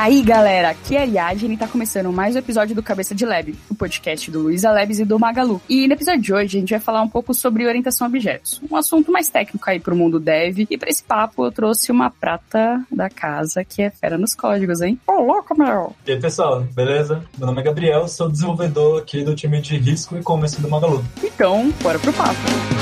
aí, galera, aqui é a Ariadne e tá começando mais um episódio do Cabeça de Lab, o podcast do Luiza Labs e do Magalu. E no episódio de hoje a gente vai falar um pouco sobre orientação a objetos, um assunto mais técnico aí pro mundo dev. E pra esse papo eu trouxe uma prata da casa que é fera nos códigos, hein? Ô, louco, meu! E aí, pessoal, beleza? Meu nome é Gabriel, sou desenvolvedor aqui do time de risco e e-commerce do Magalu. Então, bora pro papo!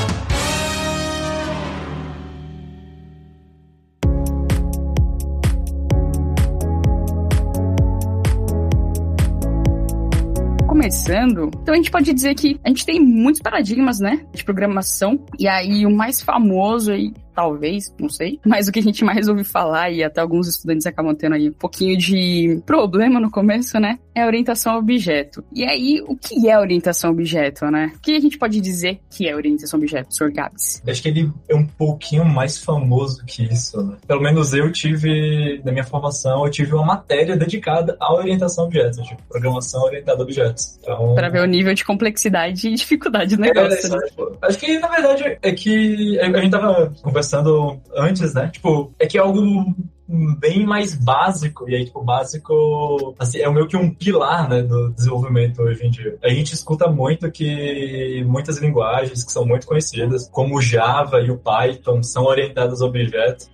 Começando, então a gente pode dizer que a gente tem muitos paradigmas, né, de programação, e aí o mais famoso aí, talvez, não sei, mas o que a gente mais ouve falar, e até alguns estudantes acabam tendo aí um pouquinho de problema no começo, né, é a orientação a objeto. E aí, o que é orientação a objeto, né? O que a gente pode dizer que é orientação a objeto, Sr. Gabs? Acho que ele é um pouquinho mais famoso que isso, né? Pelo menos eu tive, na minha formação, eu tive uma matéria dedicada à orientação a objetos, tipo, programação orientada a objetos. Então, pra ver o nível de complexidade e dificuldade do negócio, né? Acho que, na verdade, é que a gente tava conversando antes, né? Tipo, é que é algo bem mais básico, e aí, tipo, básico, assim, é meio que um pilar, né, do desenvolvimento hoje em dia. A gente escuta muito que muitas linguagens que são muito conhecidas, como o Java e o Python, são orientadas a objetos,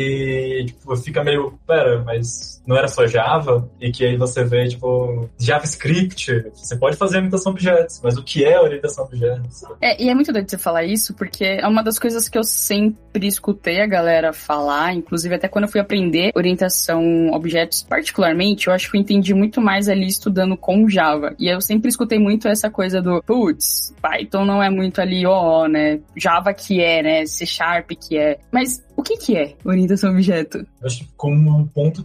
e, tipo, fica meio, pera, mas não era só Java? E que aí você vê, tipo, JavaScript, você pode fazer orientação a objetos, mas o que é orientação a objetos? E é muito doido você falar isso, porque é uma das coisas que eu sempre escutei a galera falar, inclusive até quando eu fui aprender orientação a objetos, particularmente, eu acho que eu entendi muito mais ali estudando com Java. E eu sempre escutei muito essa coisa do, putz, Python não é muito ali, né? Java que é, né? C# que é. Mas o que é orientação a objeto? Eu acho que como um ponto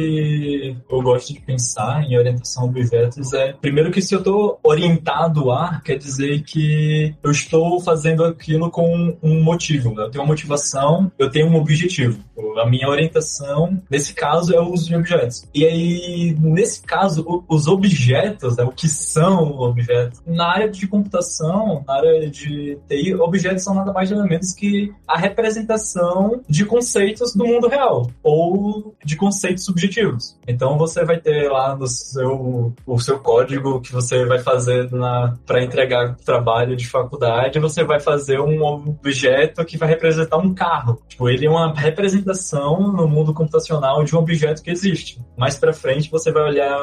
que eu gosto de pensar em orientação a objetos é, primeiro que se eu estou orientado a, quer dizer que eu estou fazendo aquilo com um motivo, né? Eu tenho uma motivação, eu tenho um objetivo. A minha orientação, nesse caso, é o uso de objetos. E aí, nesse caso, os objetos, né, o que são objetos? Na área de computação, na área de TI, objetos são nada mais nada menos que a representação de conceitos do mundo real, ou de conceitos subjetivos. Então, você vai ter lá no o seu código que você vai fazer para entregar trabalho de faculdade, você vai fazer um objeto que vai representar um carro. Tipo, ele é uma representação no mundo computacional de um objeto que existe. Mais pra frente você vai olhar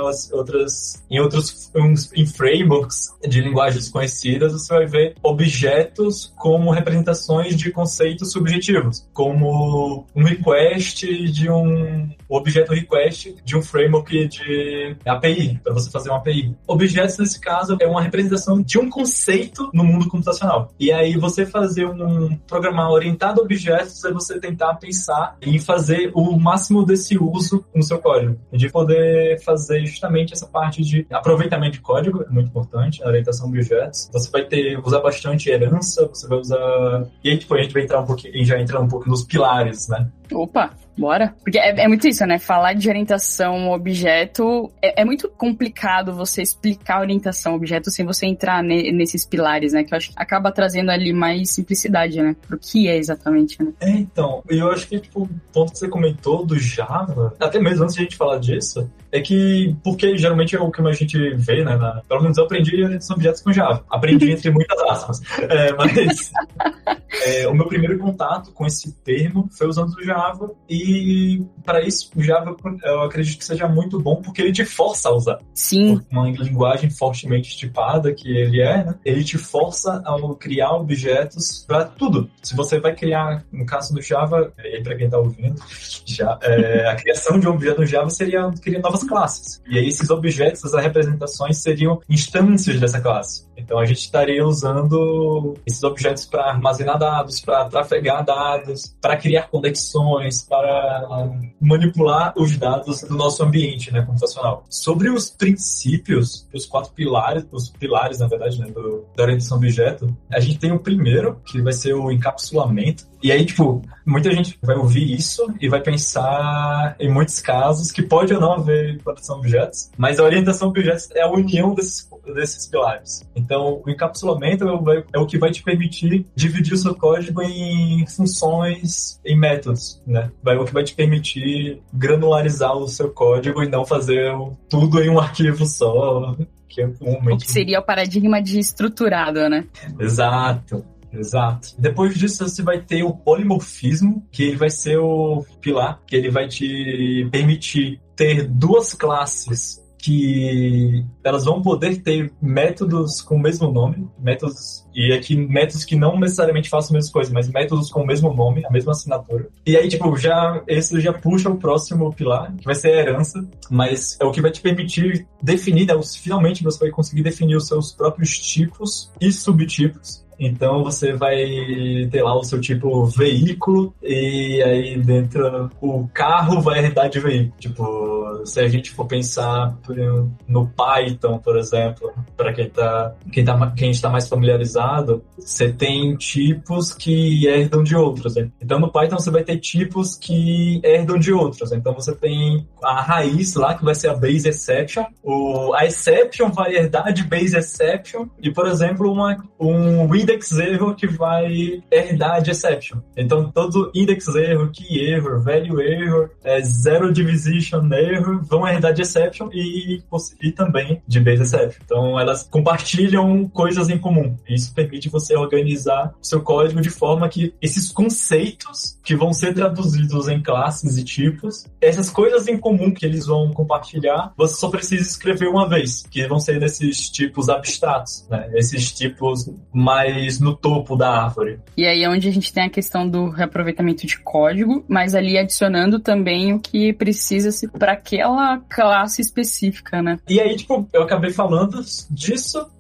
em frameworks de linguagens conhecidas, você vai ver objetos como representações de conceitos subjetivos, como um objeto request de um framework de API, para você fazer uma API. Objetos, nesse caso, é uma representação de um conceito no mundo computacional. E aí você fazer programar orientado a objetos é você tentar pensar em fazer o máximo desse uso no seu código. De poder fazer justamente essa parte de aproveitamento de código, é muito importante, a orientação a objetos. Você vai usar bastante herança, você vai usar... E aí, tipo, a gente vai entrar um pouco nos pilares, né? Opa, bora. Porque é muito isso, né? Falar de orientação a objeto é muito complicado você explicar a orientação a objeto sem você entrar nesses pilares, né? Que eu acho que acaba trazendo ali mais simplicidade, né? Pro que é exatamente, né? Então, eu acho que, tipo, o ponto que você comentou do Java, até mesmo antes de a gente falar disso, é que, porque geralmente é o que a gente vê, né? Pelo menos eu aprendi orientação a objetos com Java. Aprendi entre muitas aspas. Mas o meu primeiro contato com esse termo foi usando o Java, e para isso o Java eu acredito que seja muito bom porque ele te força a usar. Sim. Uma linguagem fortemente tipada que ele é, né? Ele te força a criar objetos para tudo. Se você vai criar, no caso do Java, e para quem está ouvindo, a criação de um objeto no Java seria criar novas classes. E aí esses objetos, essas representações seriam instâncias dessa classe. Então a gente estaria usando esses objetos para armazenar dados, para trafegar dados, para criar conexões, para manipular os dados do nosso ambiente, né, computacional. Sobre os princípios, os pilares, na verdade, né, da orientação a objeto, a gente tem o primeiro, que vai ser o encapsulamento, E aí, tipo, muita gente vai ouvir isso e vai pensar em muitos casos que pode ou não haver orientação a objetos, mas a orientação a objetos é a união desses pilares. Então, o encapsulamento é o que vai te permitir dividir o seu código em funções, em métodos, né? É o que vai te permitir granularizar o seu código e não fazer tudo em um arquivo só, que é comumente... O que seria o paradigma de estruturado, né? Exato. Depois disso, você vai ter o polimorfismo, que ele vai ser o pilar, que ele vai te permitir ter duas classes que elas vão poder ter métodos com o mesmo nome, métodos que não necessariamente façam a mesma coisa, mas métodos com o mesmo nome, a mesma assinatura. E aí, tipo, esse já puxa o próximo pilar, que vai ser a herança, mas é o que vai te permitir definir, né, finalmente você vai conseguir definir os seus próprios tipos e subtipos. Então você vai ter lá o seu tipo veículo e aí dentro o carro vai herdar de veículo. Tipo, se a gente for pensar no Python, por exemplo, para quem está mais familiarizado, você tem tipos que herdam de outros, né? Então no Python você vai ter tipos que herdam de outros. Então você tem a raiz lá, que vai ser a base exception. A exception vai herdar de base exception e, por exemplo, um index error que vai herdar de exception. Então, todo index error, key error, value error, zero division error vão herdar de exception e também de base exception. Então, elas compartilham coisas em comum. Isso permite você organizar o seu código de forma que esses conceitos que vão ser traduzidos em classes e tipos, essas coisas em comum que eles vão compartilhar, você só precisa escrever uma vez, que vão ser desses tipos abstratos, né? Esses tipos mais no topo da árvore. E aí é onde a gente tem a questão do reaproveitamento de código, mas ali adicionando também o que precisa-se para aquela classe específica, né? E aí, tipo, eu acabei falando disso,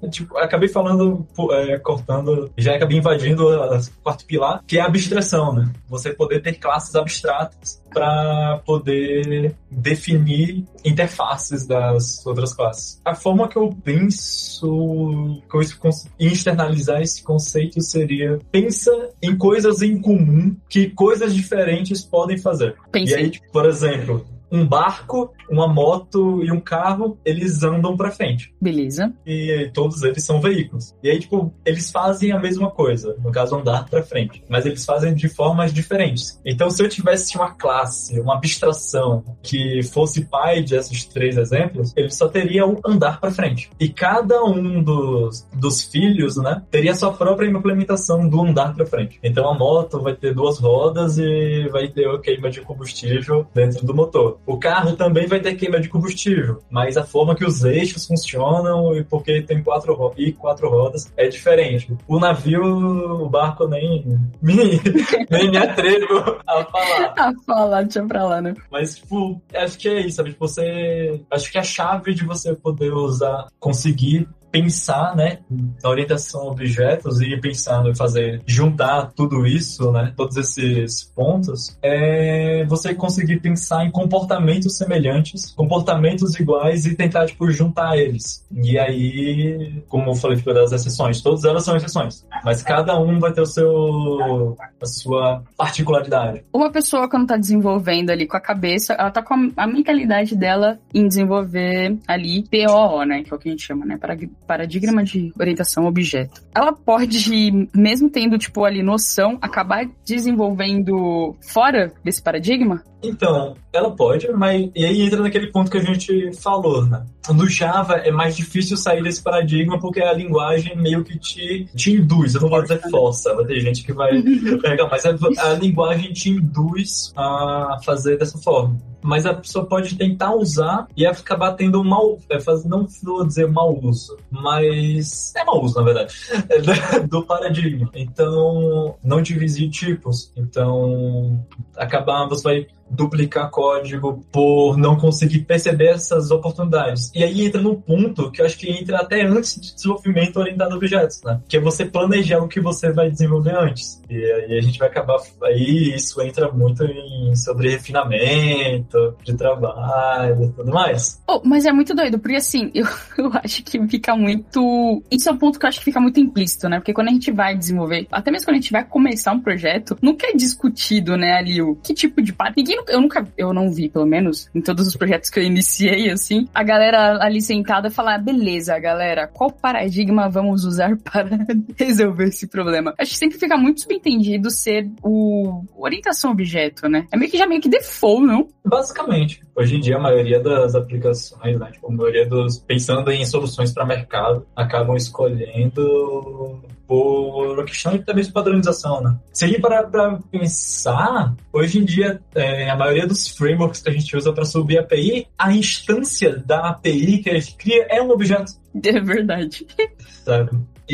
cortando, já acabei invadindo o quarto pilar, que é a abstração, né? Você poder ter classes abstratas para poder definir interfaces das outras classes. A forma que eu penso em externalizar esse conceito seria: pensa em coisas em comum que coisas diferentes podem fazer. Pensei. E aí, tipo, por exemplo, um barco, uma moto e um carro, eles andam pra frente. Beleza. E todos eles são veículos. E aí, tipo, eles fazem a mesma coisa, no caso, andar pra frente. Mas eles fazem de formas diferentes. Então, se eu tivesse uma classe, uma abstração que fosse pai desses três exemplos, ele só teria o andar pra frente. E cada um dos filhos, né, teria a sua própria implementação do andar pra frente. Então, a moto vai ter duas rodas e vai ter a queima de combustível dentro do motor. O carro também vai ter queima de combustível, mas a forma que os eixos funcionam e porque tem quatro rodas é diferente. O navio, o barco nem me atrevo a falar. A falar, deixa pra lá, né? Mas, tipo, acho que é isso, sabe? Acho que a chave de você poder conseguir pensar, né, na orientação a objetos e pensando em juntar tudo isso, né, todos esses pontos, é você conseguir pensar em comportamentos semelhantes, comportamentos iguais e tentar, tipo, juntar eles. E aí, como eu falei, das exceções, todas elas são exceções, mas cada um vai ter a sua particularidade. Uma pessoa, quando tá desenvolvendo ali com a cabeça, ela tá com a mentalidade dela em desenvolver ali POO, né, que é o que a gente chama, né, paradigma de orientação a objeto. Ela pode, mesmo tendo, tipo, ali noção, acabar desenvolvendo fora desse paradigma? Então, ela pode, mas... E aí entra naquele ponto que a gente falou, né? No Java é mais difícil sair desse paradigma porque a linguagem meio que te induz. Eu não vou dizer força, vai ter gente que vai pegar, mas a linguagem te induz a fazer dessa forma. Mas a pessoa pode tentar usar e acabar tendo não vou dizer mau uso, mas é mau uso, na verdade, do paradigma. Então, não dividir tipos. Então, você vai duplicar código, por não conseguir perceber essas oportunidades. E aí entra num ponto que eu acho que entra até antes de desenvolvimento orientado a objetos, né? Que é você planejar o que você vai desenvolver antes. E aí a gente vai acabar... Aí isso entra muito sobre refinamento, de trabalho e tudo mais. Mas é muito doido, porque assim, eu acho que fica muito... Isso é um ponto que eu acho que fica muito implícito, né? Porque quando a gente vai desenvolver, até mesmo quando a gente vai começar um projeto, nunca é discutido, né, ali o que tipo de eu não vi, pelo menos, em todos os projetos que eu iniciei, assim, a galera ali sentada falar, beleza, galera, qual paradigma vamos usar para resolver esse problema? Acho que sempre fica muito subentendido ser o orientação a objeto, né? É meio que default, não? Basicamente. Hoje em dia, a maioria das aplicações, né, tipo, a maioria pensando em soluções para mercado, acabam escolhendo por questão de também de padronização, né? Se a gente parar para pensar, hoje em dia, a maioria dos frameworks que a gente usa para subir a API, a instância da API que a gente cria é um objeto. É verdade. Sabe?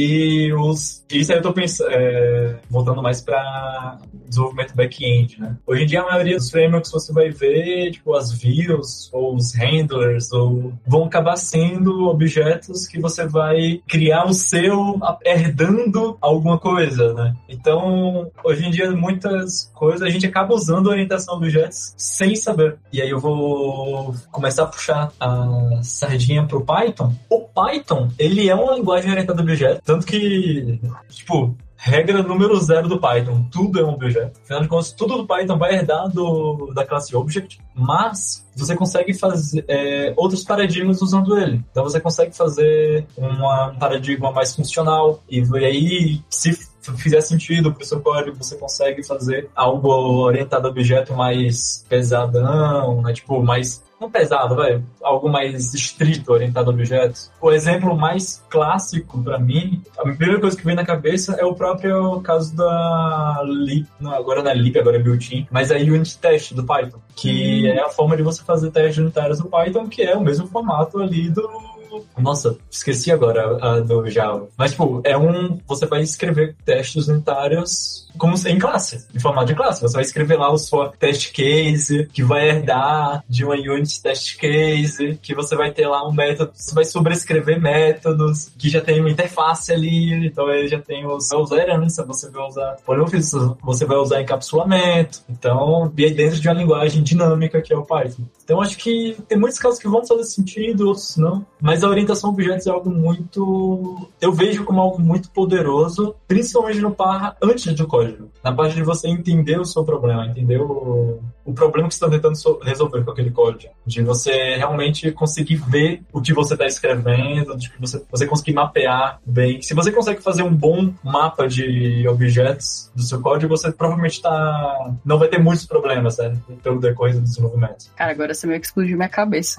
E isso aí eu tô pensando, voltando mais para desenvolvimento back-end, né? Hoje em dia, a maioria dos frameworks você vai ver, tipo, as views ou os handlers vão acabar sendo objetos que você vai criar o seu herdando alguma coisa, né? Então, hoje em dia, muitas coisas a gente acaba usando orientação a objetos sem saber. E aí eu vou começar a puxar a sardinha pro Python. O Python, ele é uma linguagem orientada a objetos. Tanto que, tipo, regra número 0 do Python, tudo é um objeto. Afinal de contas, tudo do Python vai herdar da classe Object, mas você consegue fazer outros paradigmas usando ele. Então você consegue fazer um paradigma mais funcional, e aí, se fizer sentido para o seu código, você consegue fazer algo orientado a objeto mais pesadão, né? Tipo, mais... Não pesado, algo mais estrito, orientado a objetos. O exemplo mais clássico para mim, a primeira coisa que vem na cabeça é o próprio caso da Lib, agora não é Lib, agora é built-in, mas é Unit Test do Python, que é a forma de você fazer testes unitários do Python, que é o mesmo formato ali do... Nossa, esqueci agora do Java. Mas, tipo, você vai escrever testes unitários como em classe, em formato de classe. Você vai escrever lá o seu test case, que vai herdar de uma unit test case, que você vai ter lá um método, você vai sobrescrever métodos, que já tem uma interface ali, então ele já tem vai usar herança, você vai usar polymorfismo, você vai usar encapsulamento. Então, e aí dentro de uma linguagem dinâmica que é o Python. Então, acho que tem muitos casos que vão fazer sentido, outros não. Mas a orientação a objetos é algo muito... Eu vejo como algo muito poderoso, principalmente no par antes do código. Na parte de você entender o seu problema, entender o problema que você está tentando resolver com aquele código. De você realmente conseguir ver o que você está escrevendo, de você conseguir mapear bem. Se você consegue fazer um bom mapa de objetos do seu código, você provavelmente não vai ter muitos problemas, né, pelo decorrer do desenvolvimento. Cara, agora você meio que explodiu minha cabeça.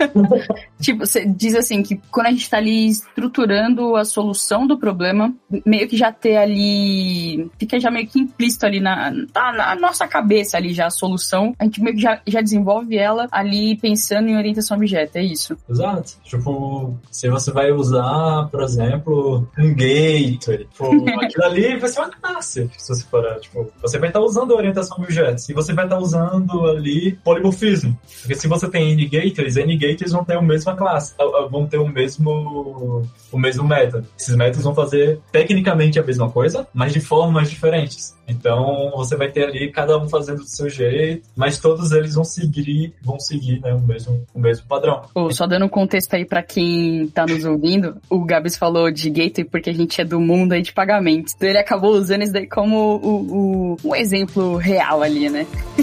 Tipo, você diz assim, que quando a gente está ali estruturando a solução do problema, meio que já ter ali... Fica já meio que implícito ali na nossa cabeça ali já a solução. A gente meio que já desenvolve ela ali pensando em orientação a objeto, é isso? Exato. Tipo, se você vai usar, por exemplo, um gateway, aquilo ali vai ser uma classe, se você for, tipo, você vai estar usando a orientação a objetos e você vai estar usando ali polimorfismo. Porque se você tem N gateways vão ter a mesma classe, vão ter o mesmo método. Esses métodos vão fazer tecnicamente a mesma coisa, mas de formas diferentes. Então, você vai ter ali cada um fazendo do seu jeito, mas todos eles vão seguir, né, o mesmo padrão. Só dando um contexto aí pra quem tá nos ouvindo, o Gabs falou de gateway porque a gente é do mundo aí de pagamentos. Então, ele acabou usando isso daí como um exemplo real ali, né?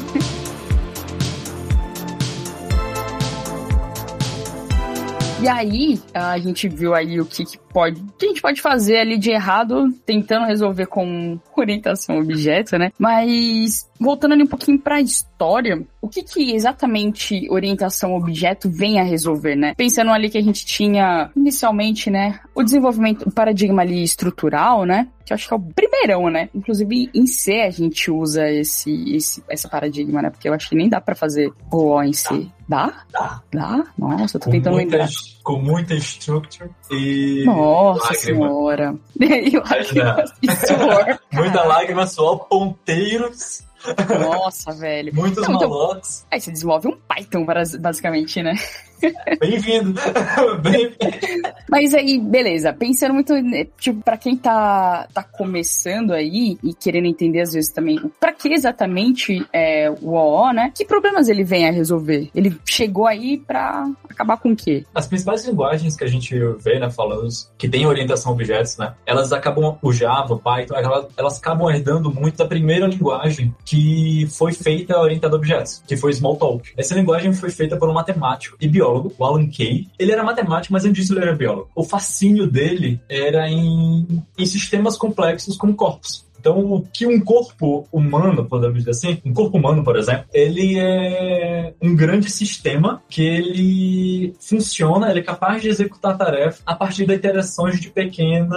E aí, a gente viu aí o que a gente pode fazer ali de errado, tentando resolver com orientação a objeto, né? Mas, voltando ali um pouquinho pra história, o que exatamente orientação a objeto vem a resolver, né? Pensando ali que a gente tinha, inicialmente, né, o desenvolvimento, o paradigma ali estrutural, né? Que eu acho que é o primeirão, né? Inclusive, em C a gente usa esse paradigma, né? Porque eu acho que nem dá pra fazer o em C. Dá? Dá. Nossa, eu tô tentando lembrar. Com muita structure e... Nossa lágrima. Senhora. E lágrimas e suor. Muita lágrima, suor, ponteiros. Nossa, velho. Muitos malocks. Aí você desenvolve um Python, basicamente, né? Bem-vindo. Bem-vindo. Mas aí, beleza. Pensando muito, tipo, pra quem tá começando aí e querendo entender, às vezes, também, pra que exatamente o OO, né? Que problemas ele vem a resolver? Ele chegou aí pra acabar com o quê? As principais linguagens que a gente vê, né, falando que tem orientação a objetos, né? Elas acabam, o Java, o Python, elas acabam herdando muito da primeira linguagem que foi feita orientada a objetos, que foi Smalltalk. Essa linguagem foi feita por um matemático e biólogo, o Alan Kay. Ele era matemático, mas antes disso ele era biólogo. O fascínio dele era em sistemas complexos como corpos. Então, o que um corpo humano, podemos dizer assim, um corpo humano, por exemplo, ele é um grande sistema que ele funciona, ele é capaz de executar tarefas a partir das interações de pequenos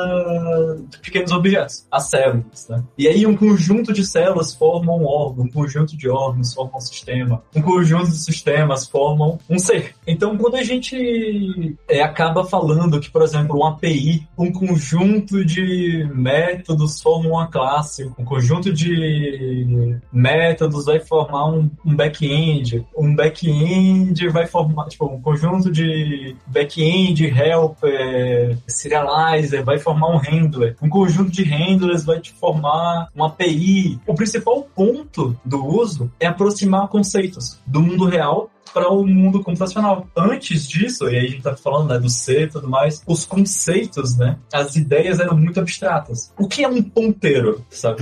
objetos, as células, né? E aí um conjunto de células forma um órgão, um conjunto de órgãos forma um sistema, um conjunto de sistemas formam um ser. Então, quando a gente acaba falando que, por exemplo, uma API, um conjunto de métodos forma uma classe, um conjunto de métodos vai formar um back-end. Um back-end vai formar, tipo, um conjunto de back-end, helper, serializer, vai formar um handler. Um conjunto de handlers vai te formar uma API. O principal ponto do uso é aproximar conceitos do mundo real para o mundo computacional. Antes disso, e aí a gente tá falando, né, do C e tudo mais, os conceitos, né, as ideias eram muito abstratas. O que é um ponteiro, sabe?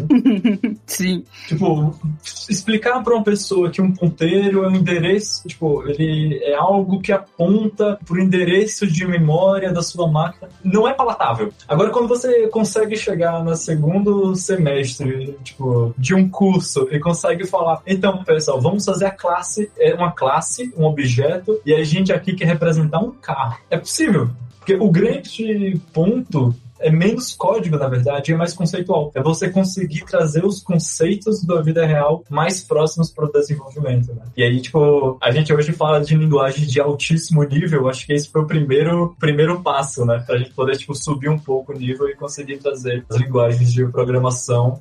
Sim. Tipo, explicar para uma pessoa que um ponteiro é um endereço, tipo, ele é algo que aponta pro endereço de memória da sua máquina, não é palatável. Agora, quando você consegue chegar no segundo semestre, tipo, de um curso e consegue falar, então, pessoal, vamos fazer a classe, uma classe, um objeto, e a gente aqui quer representar um carro. É possível, porque o grande ponto é menos código, na verdade, é mais conceitual. É você conseguir trazer os conceitos da vida real mais próximos para o desenvolvimento, né? E aí, tipo, a gente hoje fala de linguagem de altíssimo nível, acho que esse foi o primeiro passo, né? Pra gente poder, tipo, subir um pouco o nível e conseguir trazer as linguagens de programação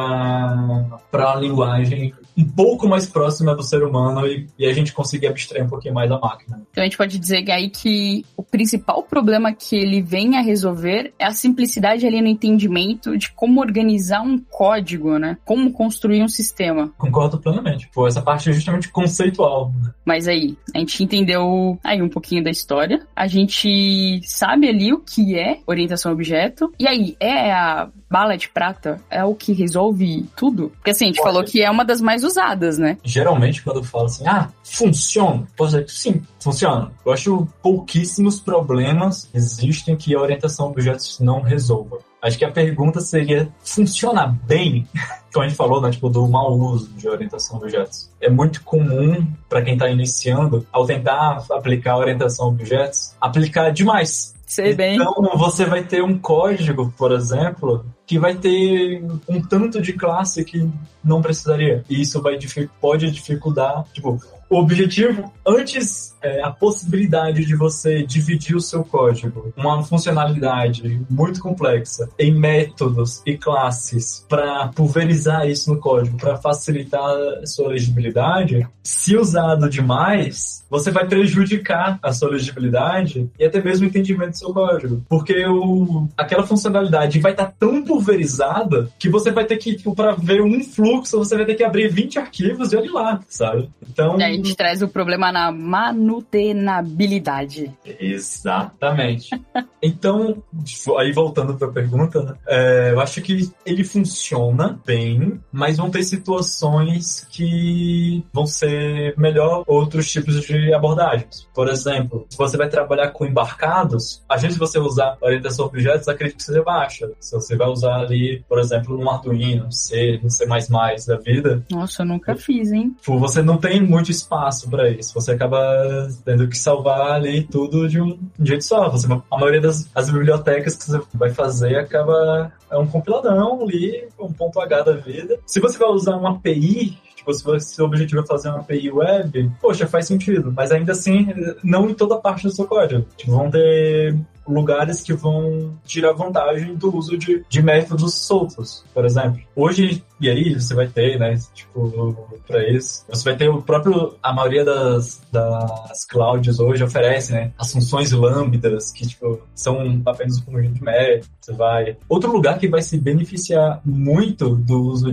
para a linguagem um pouco mais próxima do ser humano e a gente conseguir abstrair um pouquinho mais da máquina. Então a gente pode dizer aí que o principal problema que ele vem a resolver é a simplicidade ali no entendimento de como organizar um código, né? Como construir um sistema. Concordo plenamente. Pô, essa parte é justamente conceitual. Mas aí, a gente entendeu aí um pouquinho da história. A gente sabe ali o que é orientação a objeto. E aí, é a bala de prata? É o que resolve tudo? Porque assim, a gente falou que é uma das mais usadas, né? Geralmente, quando eu falo assim, funciona. Posso dizer que sim, funciona. Eu acho pouquíssimos problemas existem que a orientação a objetos não resolva. Acho que a pergunta seria, funciona bem? Como a gente falou, né, tipo, do mau uso de orientação a objetos. É muito comum para quem está iniciando, ao tentar aplicar a orientação a objetos, aplicar demais. Sei bem. Então, você vai ter um código, por exemplo, que vai ter um tanto de classe que não precisaria. E isso pode dificultar, tipo, o objetivo, antes, a possibilidade de você dividir o seu código, uma funcionalidade muito complexa, em métodos e classes, para pulverizar isso no código, para facilitar a sua legibilidade, se usado demais, você vai prejudicar a sua legibilidade e até mesmo o entendimento do seu código. Porque aquela funcionalidade vai estar tão pulverizada que você vai ter que, tipo, para ver um fluxo, você vai ter que abrir 20 arquivos e olhar lá, sabe? Então, a gente traz o problema na manutenabilidade. Exatamente. Então, aí voltando para a pergunta, né? Eu acho que ele funciona bem, mas vão ter situações que vão ser melhor outros tipos de abordagens. Por exemplo, se você vai trabalhar com embarcados, às vezes se você usar orientação a objetos, acredito que seja baixa. Se você vai usar ali, por exemplo, um Arduino, no C++ da vida. Nossa, eu nunca fiz, hein? Você não tem muito espaço para isso. Você acaba tendo que salvar ali tudo de um jeito só. A maioria das bibliotecas que você vai fazer é um compiladão ali, um ponto H da vida. Se você vai usar uma API, tipo, se o seu objetivo é fazer uma API web, poxa, faz sentido. Mas ainda assim, não em toda parte do seu código. Tipo, vão ter lugares que vão tirar vantagem do uso de métodos soltos, por exemplo. Hoje, e aí você vai ter, né, tipo, para isso, você vai ter a maioria das clouds hoje oferece, né, as funções lambdas, que, tipo, são apenas um conjunto de métodos. Outro lugar que vai se beneficiar muito do uso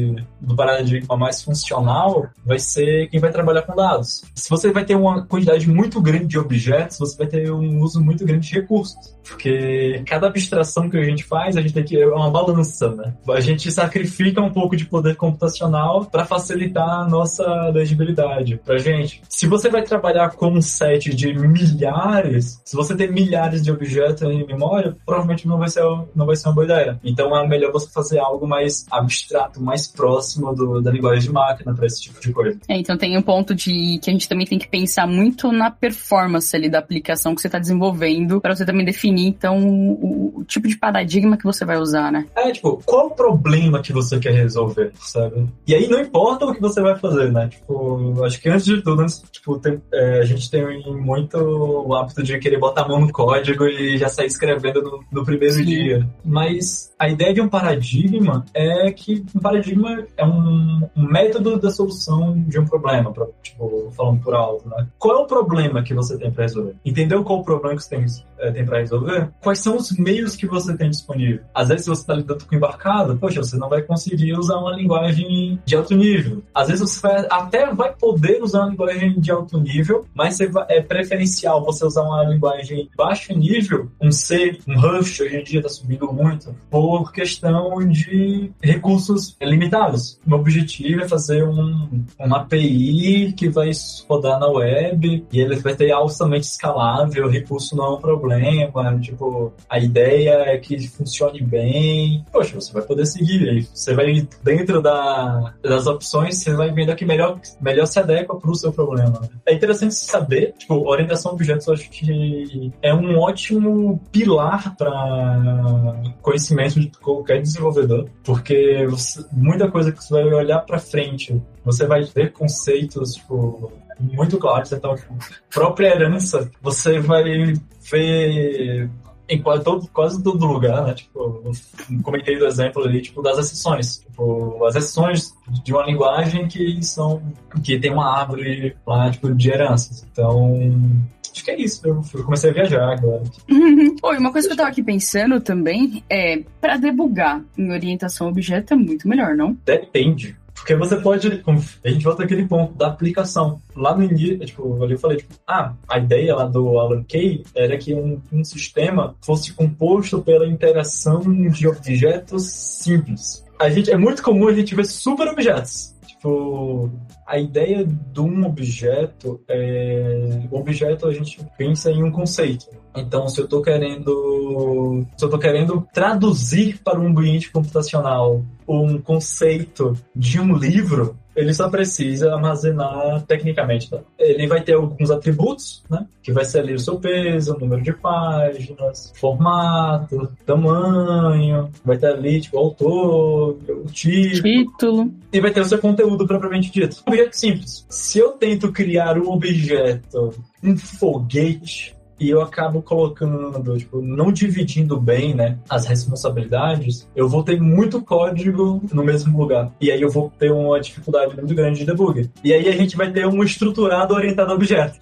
do paradigma mais funcional vai ser quem vai trabalhar com dados. Se você vai ter uma quantidade muito grande de objetos, você vai ter um uso muito grande de recursos. Porque cada abstração que a gente faz, a gente tem que... É uma balança, né? A gente sacrifica um pouco de poder computacional para facilitar a nossa legibilidade pra gente. Se você vai trabalhar com um set de milhares, se você tem milhares de objetos em memória, provavelmente não vai ser uma boa ideia. Então é melhor você fazer algo mais abstrato, mais próximo da linguagem de máquina para esse tipo de coisa. Então tem um ponto que a gente também tem que pensar muito na performance ali da aplicação que você está desenvolvendo, para você também definir, então, o tipo de paradigma que você vai usar, né? Tipo, qual o problema que você quer resolver, sabe? E aí não importa o que você vai fazer, né? Tipo, acho que antes de tudo, tipo, a gente tem muito o hábito de querer botar a mão no código e já sair escrevendo no primeiro dia. Mas a ideia de um paradigma é que um paradigma é um método da solução de um problema, tipo, falando por alto, né? Qual é o problema que você tem para resolver? Entendeu qual o problema que você tem para resolver? Quais são os meios que você tem disponível? Às vezes, se você está lidando com embarcado, poxa, você não vai conseguir usar uma linguagem de alto nível. Às vezes, você até vai poder usar uma linguagem de alto nível, mas é preferencial você usar uma linguagem de baixo nível, um C, um Rust, hoje em dia está subindo muito, por questão de recursos limitados. O meu objetivo é fazer uma API que vai rodar na web e ele vai ter altamente escalável, o recurso não é um problema, tipo, a ideia é que funcione bem. Poxa, você vai poder seguir aí. Você vai, dentro das opções, você vai vendo a que melhor se adequa para o seu problema. É interessante saber, tipo, orientação a objetos eu acho que é um ótimo pilar para conhecimento de qualquer desenvolvedor, porque muita coisa que você vai olhar para frente, você vai ver conceitos, tipo, muito claros. Então, tipo, própria herança, você vai ver em quase todo lugar, né? Tipo, comentei do exemplo ali, tipo, das exceções. Tipo, as exceções de uma linguagem que tem uma árvore lá, tipo, de heranças. Então, acho que é isso. Eu comecei a viajar agora. Oi, uma coisa que eu tava aqui pensando também é, para debugar em orientação a objeto é muito melhor, não? Depende. Porque você pode... A gente volta àquele ponto da aplicação. Lá no início, tipo, ali eu falei, tipo, a ideia lá do Alan Kay era que um sistema fosse composto pela interação de objetos simples. É muito comum a gente ver super objetos. Tipo, a ideia de um objeto o objeto a gente pensa em um conceito. Então, se eu tô querendo traduzir para um ambiente computacional um conceito de um livro, ele só precisa armazenar tecnicamente, tá? Ele vai ter alguns atributos, né? Que vai ser ali o seu peso, o número de páginas, formato, tamanho, vai ter ali, tipo, o autor, o título. E vai ter o seu conteúdo propriamente dito. Um objeto simples. Se eu tento criar um objeto, um foguete, e eu acabo colocando, tipo, não dividindo bem, né, as responsabilidades, eu vou ter muito código no mesmo lugar. E aí eu vou ter uma dificuldade muito grande de debug. E aí a gente vai ter um estruturado orientado a objeto.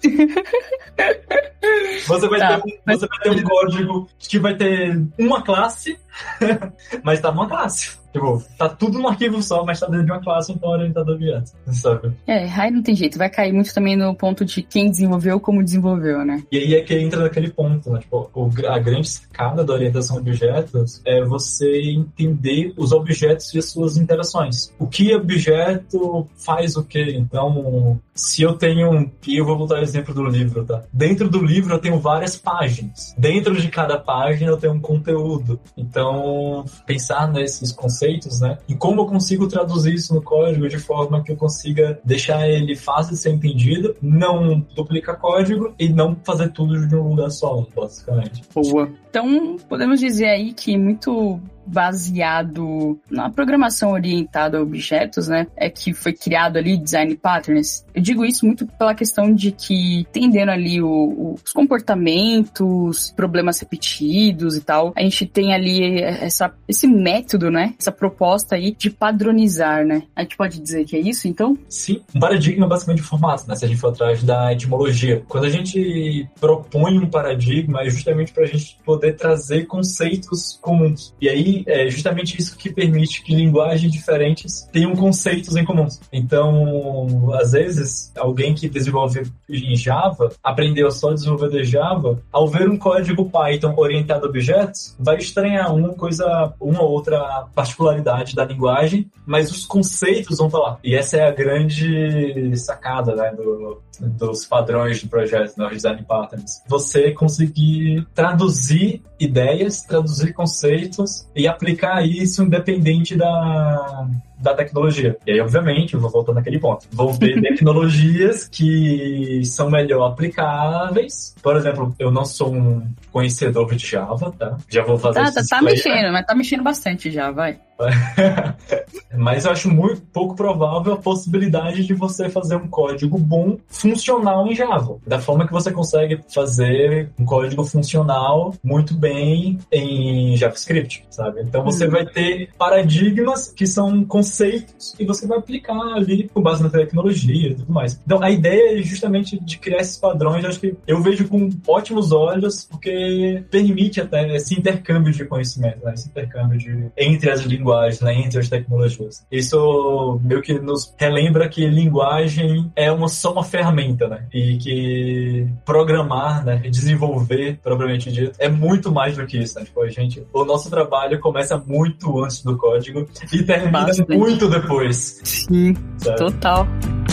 Você vai ter um código que vai ter uma classe, mas tá numa classe. Tipo, tá tudo num arquivo só, mas tá dentro de uma classe, então orientado a objetos, sabe? Aí não tem jeito, vai cair muito também no ponto de quem desenvolveu, como desenvolveu, né? E aí é que entra naquele ponto, né? Tipo, a grande sacada da orientação a objetos é você entender os objetos e as suas interações. O que objeto faz o quê? Então, se eu tenho... E eu vou voltar ao exemplo do livro, tá? Dentro do livro eu tenho várias páginas. Dentro de cada página eu tenho um conteúdo. Então, pensar nesses conceitos, né? E como eu consigo traduzir isso no código de forma que eu consiga deixar ele fácil de ser entendido, não duplicar código e não fazer tudo de um lugar só, basicamente. Boa. Então, podemos dizer aí que muito baseado na programação orientada a objetos, né? É que foi criado ali design patterns. Eu digo isso muito pela questão de que, entendendo ali os comportamentos, problemas repetidos e tal, a gente tem ali esse método, né? Essa proposta aí de padronizar, né? A gente pode dizer que é isso, então? Sim, um paradigma é basicamente o formato, né? Se a gente for atrás da etimologia. Quando a gente propõe um paradigma, é justamente para a gente poder trazer conceitos comuns. E aí, é justamente isso que permite que linguagens diferentes tenham conceitos em comuns. Então, às vezes, alguém que desenvolve em Java, aprendeu só a desenvolver de Java, ao ver um código Python orientado a objetos, vai estranhar uma ou outra particularidade da linguagem, mas os conceitos vão estar lá. E essa é a grande sacada, né, dos padrões de projetos, né, design patterns. Você conseguir traduzir ideias, traduzir conceitos e aplicar isso independente da tecnologia. E aí, obviamente, eu vou voltando naquele ponto. Vão ter tecnologias que são melhor aplicáveis. Por exemplo, eu não sou um conhecedor de Java, tá? Já vou fazer Tá mexendo, mas tá mexendo bastante já, vai. Mas eu acho muito pouco provável a possibilidade de você fazer um código bom, funcional em Java. Da forma que você consegue fazer um código funcional muito bem em JavaScript, sabe? Então você vai ter paradigmas que são conceitos e você vai aplicar ali com base na tecnologia e tudo mais. Então a ideia é justamente de criar esses padrões. Acho que eu vejo com ótimos olhos, porque permite até esse intercâmbio de conhecimento, né? Esse intercâmbio entre as linguagens, né? Entre as tecnologias. Isso meio que nos relembra que linguagem é só uma ferramenta, né? E que programar, né? Desenvolver, propriamente dito, é muito mais do que isso, né? Tipo, o nosso trabalho começa muito antes do código e termina muito depois. Sim, sabe? Total.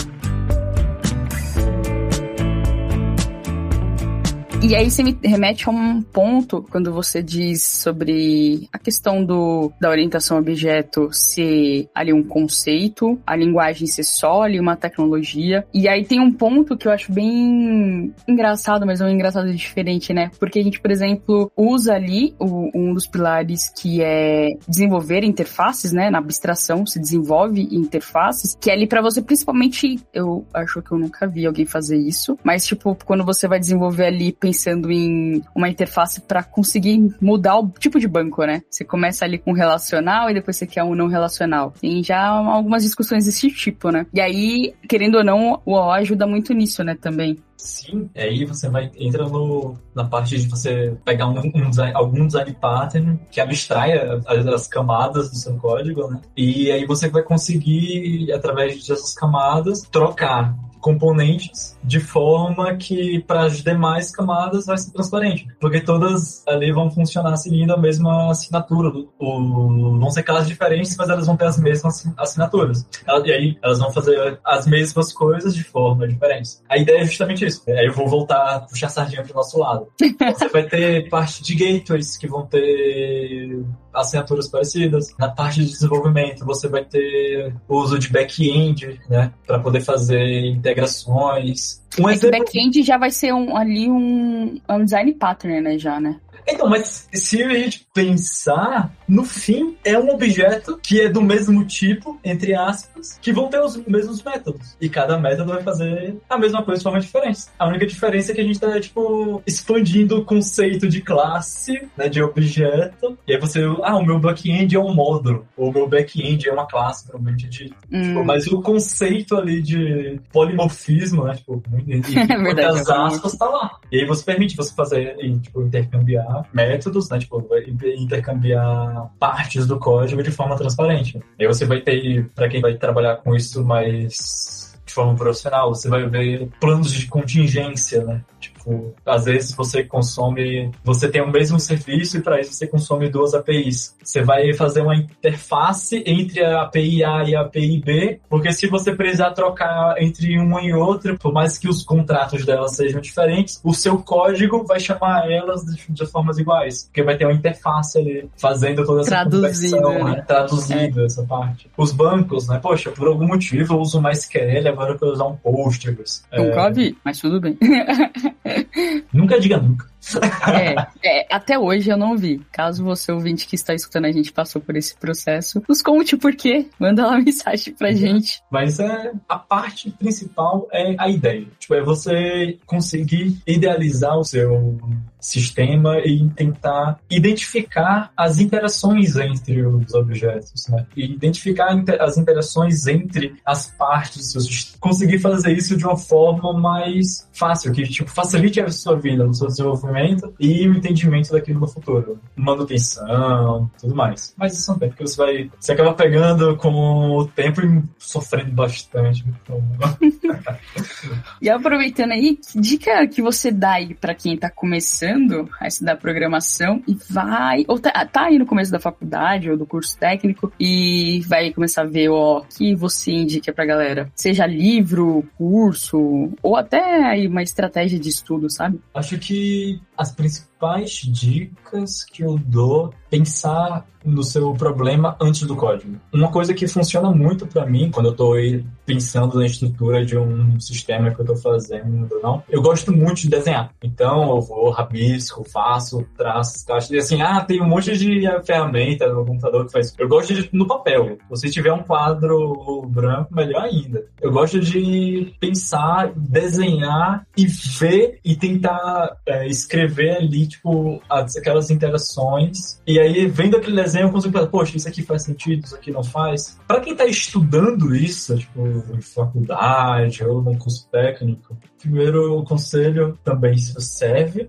E aí você me remete a um ponto quando você diz sobre a questão da orientação a objeto ser ali um conceito, a linguagem ser só ali uma tecnologia. E aí tem um ponto que eu acho bem engraçado, mas é um engraçado diferente, né? Porque a gente, por exemplo, usa ali um dos pilares que é desenvolver interfaces, né? Na abstração se desenvolve interfaces, que é ali pra você principalmente, eu acho que eu nunca vi alguém fazer isso, mas tipo, quando você vai desenvolver ali pensando em uma interface para conseguir mudar o tipo de banco, né? Você começa ali com relacional e depois você quer um não relacional. Tem já algumas discussões desse tipo, né? E aí, querendo ou não, o OO ajuda muito nisso, né, também. Sim, aí você entra na parte de você pegar algum design pattern que abstraia as camadas do seu código, né? E aí você vai conseguir, através dessas camadas, trocar componentes de forma que para as demais camadas vai ser transparente, porque todas ali vão funcionar seguindo a mesma assinatura, vão ser classes diferentes, mas elas vão ter as mesmas assinaturas, e aí elas vão fazer as mesmas coisas de forma diferente. A ideia é justamente isso. Aí eu vou voltar a puxar a sardinha pro nosso lado. Você vai ter parte de gateways que vão ter assinaturas parecidas. Na parte de desenvolvimento você vai ter o uso de back-end, né, para poder fazer integrações. Back-end já vai ser um design pattern, né, já, né? Então, mas se a gente pensar, no fim, é um objeto que é do mesmo tipo, entre aspas, que vão ter os mesmos métodos. E cada método vai fazer a mesma coisa de forma diferente. A única diferença é que a gente tá, expandindo o conceito de classe, né, de objeto. E aí o meu back-end é um módulo, ou o meu back-end é uma classe, provavelmente dito. Mas o conceito ali de polimorfismo, né, muitas aspas, tá lá. E aí você permite você fazer, intercambiar métodos, né, intercambiar partes do código de forma transparente. Aí você vai ter, para quem vai trabalhar com isso mais de forma profissional, você vai ver planos de contingência, né? Às vezes você tem o mesmo serviço e para isso você consome 2 APIs. Você vai fazer uma interface entre a API A e a API B, porque se você precisar trocar entre uma e outra, por mais que os contratos delas sejam diferentes, o seu código vai chamar elas de formas iguais, porque vai ter uma interface ali fazendo toda essa conversão, né? Traduzindo essa parte. Os bancos, né? Poxa, por algum motivo eu uso uma SQL, agora eu quero usar um Postgres. Nunca vi, mas tudo bem. Nunca diga nunca. Até hoje eu não vi. Caso você, ouvinte que está escutando a gente, passou por esse processo, nos conte o porquê. Manda lá uma mensagem pra gente. Mas a parte principal é a ideia. Tipo, é você conseguir idealizar o seu sistema e tentar identificar as interações entre os objetos, né? E identificar as interações entre as partes do seu sistema. Conseguir fazer isso de uma forma mais fácil, que tipo, facilite a sua vida no seu desenvolvimento e o entendimento daquilo no futuro. Manutenção, tudo mais. Mas isso não é porque você acaba pegando com o tempo e sofrendo bastante. Então... E aproveitando aí, que dica que você dá aí pra quem tá começando a estudar programação e vai, ou tá aí no começo da faculdade ou do curso técnico e vai começar a ver o que você indica pra galera? Seja livro, curso, ou até aí uma estratégia de estudo, sabe? Acho que as principais dicas que eu dou, pensar no seu problema antes do código. Uma coisa que funciona muito para mim, quando eu tô pensando na estrutura de um sistema que eu tô fazendo, não, eu gosto muito de desenhar. Então, eu vou, rabisco, faço, traço, e assim, tem um monte de ferramenta no computador que faz. Eu gosto de no papel. Se tiver um quadro branco, melhor ainda. Eu gosto de pensar, desenhar e ver e tentar escrever ali, tipo, aquelas interações. E aí, vendo aquele desenho, eu consigo pensar, poxa, isso aqui faz sentido, isso aqui não faz. Para quem tá estudando isso, tipo, em faculdade ou num curso técnico, primeiro o conselho também serve,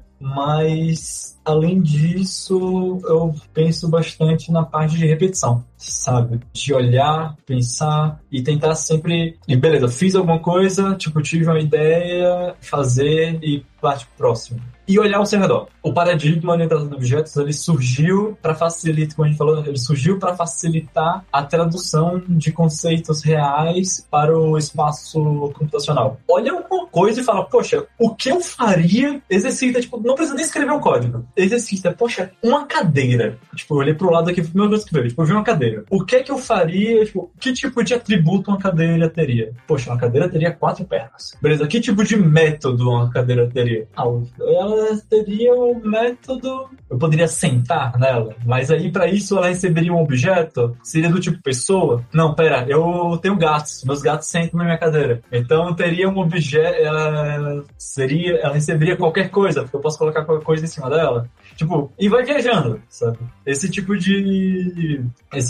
mas além disso, eu penso bastante na parte de repetição, sabe? De olhar, pensar e tentar sempre... E beleza, fiz alguma coisa, tipo, tive uma ideia, fazer e parte pro próximo. E olhar ao seu redor. O paradigma orientado a objetos, ele surgiu para facilitar, como a gente falou, ele surgiu para facilitar a tradução de conceitos reais para o espaço computacional. Olha uma coisa e fala, poxa, o que eu faria? Exercita, tipo, não precisa nem escrever um código. Exercita, poxa, uma cadeira. Tipo, eu olhei pro lado aqui, primeira coisa que veio, tipo, eu vi uma cadeira. O que é que eu faria? Tipo, que tipo de atributo uma cadeira teria? Poxa, uma cadeira teria 4 pernas. Beleza, que tipo de método uma cadeira teria? Ela teria um método... Eu poderia sentar nela, mas aí para isso ela receberia um objeto? Seria do tipo pessoa? Não, pera, eu tenho gatos, meus gatos sentam na minha cadeira. Então teria um objeto, ela receberia qualquer coisa, porque eu posso colocar qualquer coisa em cima dela. Tipo, e vai viajando, sabe? Esse tipo de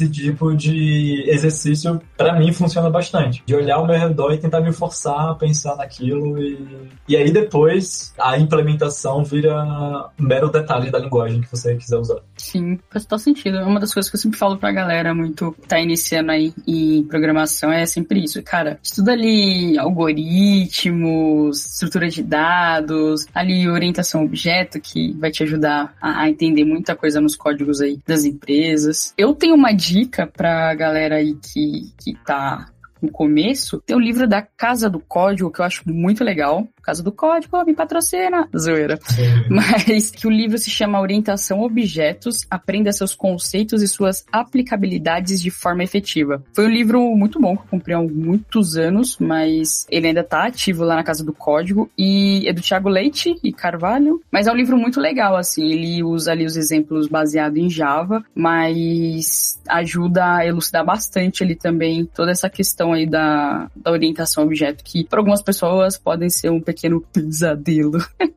exercício, pra mim, funciona bastante. De olhar ao meu redor e tentar me forçar a pensar naquilo e aí depois a implementação vira um mero detalhe da linguagem que você quiser usar. Sim, faz total sentido. Uma das coisas que eu sempre falo pra galera muito que tá iniciando aí em programação é sempre isso. Cara, estuda ali algoritmos, estrutura de dados, ali orientação a objeto, que vai te ajudar a entender muita coisa nos códigos aí das empresas. Eu tenho uma dica pra galera aí que tá no começo. Tem o livro da Casa do Código, que eu acho muito legal. Casa do Código, me patrocina. Zoeira. Mas que o livro se chama Orientação a Objetos, Aprenda seus conceitos e suas aplicabilidades de forma efetiva. Foi um livro muito bom, que eu comprei há muitos anos, mas ele ainda tá ativo lá na Casa do Código, e é do Thiago Leite e Carvalho, mas é um livro muito legal, assim, ele usa ali os exemplos baseados em Java, mas ajuda a elucidar bastante ali também toda essa questão aí da orientação a objeto, que para algumas pessoas podem ser um pequeno pesadelo.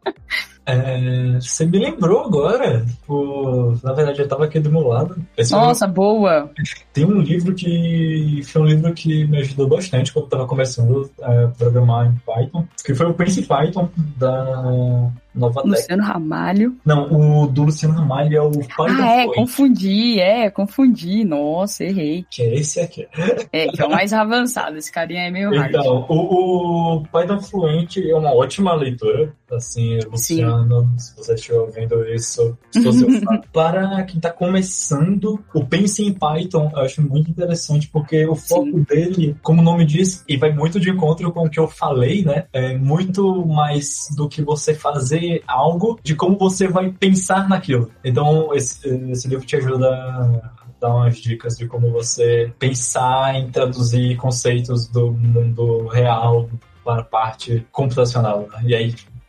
Você me lembrou agora. Na verdade, eu tava aqui do meu lado. Nossa, boa! Tem um livro que foi um livro que me ajudou bastante quando eu tava começando a programar em Python, que foi o Prince Python da Nova Tech. Luciano Ramalho. Não, o do Luciano Ramalho é o Python Fluent. Confundi. Nossa, errei. Que é esse aqui. Que é o mais avançado. Esse carinha é meio hard. Então, o Python Fluent é uma ótima leitura. Assim, Luciano, se você estiver ouvindo isso, sou seu fã. Para quem está começando, o Pense em Python, eu acho muito interessante, porque o foco dele, como o nome diz, e vai muito de encontro com o que eu falei, né? É muito mais do que você fazer algo, de como você vai pensar naquilo. Então, esse livro te ajuda a dar umas dicas de como você pensar em traduzir conceitos do mundo real para a parte computacional, né? E aí,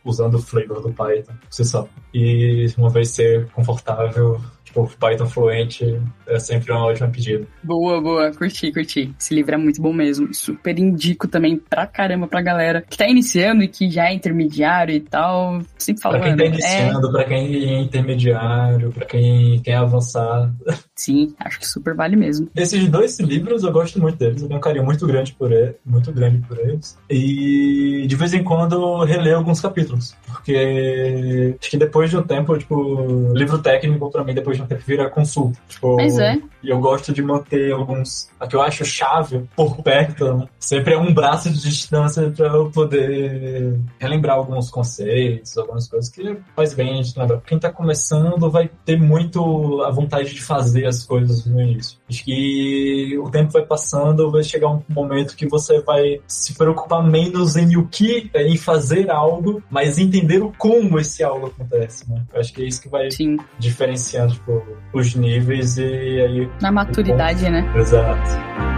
usando o flavor do Python, você sabe. E uma vez ser confortável, tipo, Python fluente é sempre uma ótima pedida. Boa, curti. Esse livro é muito bom mesmo. Super indico também pra caramba pra galera que tá iniciando e que já é intermediário e tal. Sempre falando. Pra quem tá iniciando, pra quem é intermediário, pra quem quer avançar. Sim, acho que super vale mesmo. Esses 2 livros eu gosto muito deles, eu tenho um carinho muito grande por eles. E de vez em quando eu releio alguns capítulos, porque acho que depois de um tempo, tipo, livro técnico pra mim depois de um tempo vira consulta. Tipo, Mas é. E eu gosto de manter alguns, a que eu acho chave, por perto, né? Sempre é um braço de distância pra eu poder relembrar alguns conceitos, algumas coisas que faz bem a gente lembrar. Quem tá começando vai ter muito a vontade de fazer as coisas no início. Acho que o tempo vai passando, vai chegar um momento que você vai se preocupar menos em fazer algo, mas entender o como esse algo acontece, né? Eu acho que é isso que vai diferenciando, tipo, os níveis e aí... Na maturidade, né? Exato.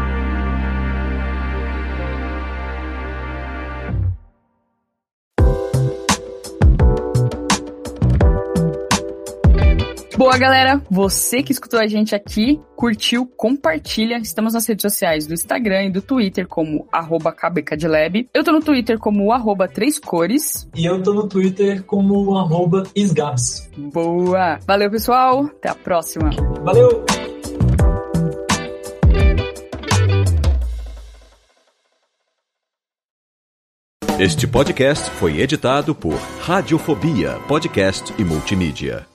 Boa, galera, você que escutou a gente aqui, curtiu, compartilha. Estamos nas redes sociais do Instagram e do Twitter como @kbkdlab. Eu tô no Twitter como @3cores. E eu tô no Twitter como @isgabs. Boa! Valeu, pessoal. Até a próxima. Valeu! Este podcast foi editado por Radiofobia, podcast e multimídia.